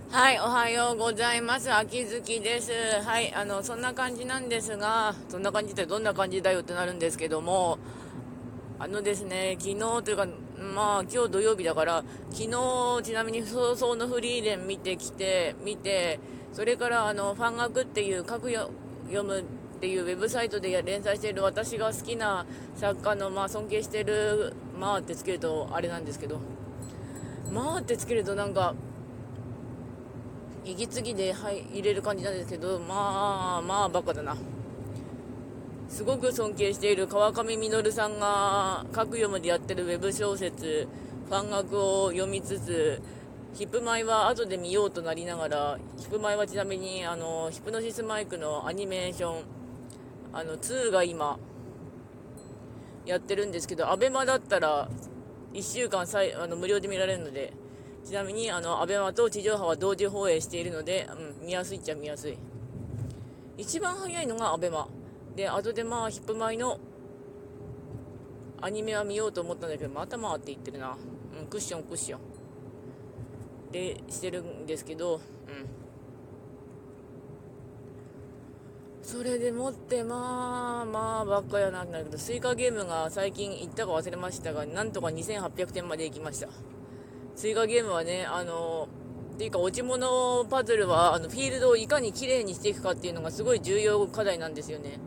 はい、おはようございます。秋月です。はい、そんな感じなんですが、そんな感じってどんな感じだよってなるんですけども、ですね、昨日というか、まあ、今日土曜日だから、昨日、ちなみに早々のフリーレン見て、それから、ファン学っていう、読むっていうウェブサイトで連載している私が好きな作家の、まあ、尊敬してる、まあってつけると、あれなんですけど、まあってつけるとなんか、息継ぎで、はい、入れる感じなんですけど、まあバカだな。すごく尊敬している川上実さんが各読むでやってるウェブ小説ファン学を読みつつ、ヒップマイは後で見ようとなりながら、ヒップマイはちなみにヒプノシスマイクのアニメーション2が今やってるんですけど、アベマだったら1週間無料で見られるので、ちなみにアベマと地上波は同時放映しているので、見やすいっちゃ見やすい。一番早いのがアベマで、後でまあヒップマイのアニメは見ようと思ったんだけど、またって言ってるな。クッションでしてるんですけど、それでもってまあばっかやなんだけど、スイカゲームが最近行ったか忘れましたが、なんとか2800点まで行きました。スイカゲームはね、っていうか落ち物パズルはフィールドをいかに綺麗にしていくかっていうのがすごい重要課題なんですよね。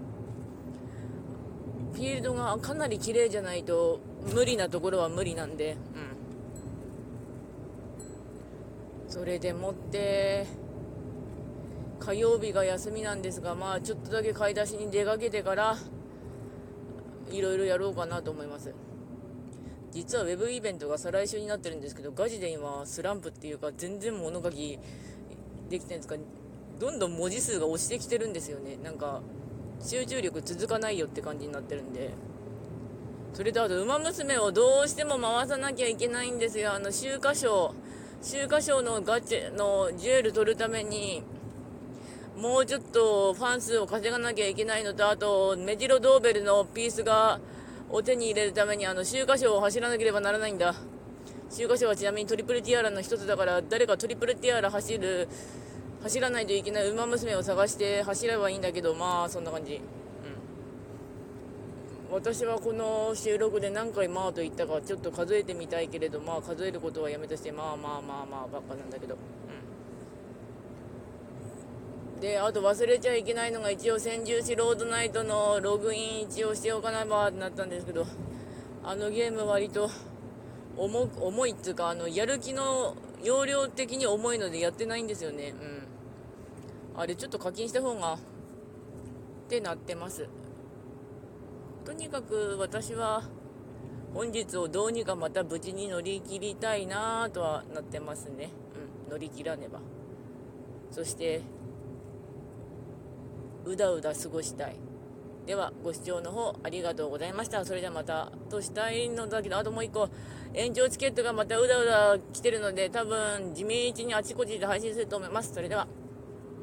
フィールドがかなり綺麗じゃないと無理なところは無理なんで、それでもって火曜日が休みなんですが、まあちょっとだけ買い出しに出かけてからいろいろやろうかなと思います。実はウェブイベントが再来週になってるんですけど、ガチで今スランプっていうか全然物書きできてるんですか、どんどん文字数が落ちてきてるんですよね。なんか集中力続かないよって感じになってるんで。それとあと、ウマ娘をどうしても回さなきゃいけないんですよ。秋華賞のガチのジュエル取るために、もうちょっとファン数を稼がなきゃいけないのと、あと、メジロドーベルのピースがを手に入れるために、秋華賞を走らなければならないんだ。秋華賞はちなみにトリプルティアラの一つだから、誰かトリプルティアラ走らないといけないウマ娘を探して走ればいいんだけど、まあ、そんな感じ。私はこの収録で何回と言ったかちょっと数えてみたいけれど、数えることはやめとして、ばっかなんだけど、で、あと忘れちゃいけないのが、一応千住市ロードナイトのログイン一応しておかないばってなったんですけど、ゲーム割と重いっつうか、やる気の容量的に重いのでやってないんですよね。あれちょっと課金した方がってなってます。とにかく私は本日をどうにかまた無事に乗り切りたいなとはなってますね。乗り切らねば。そしてうだうだ過ごしたい。ではご視聴の方ありがとうございました。それではまたとしたいのだけど、あともう一個延長チケットがまたうだうだ来てるので、多分地道にあちこちで配信すると思います。それでは。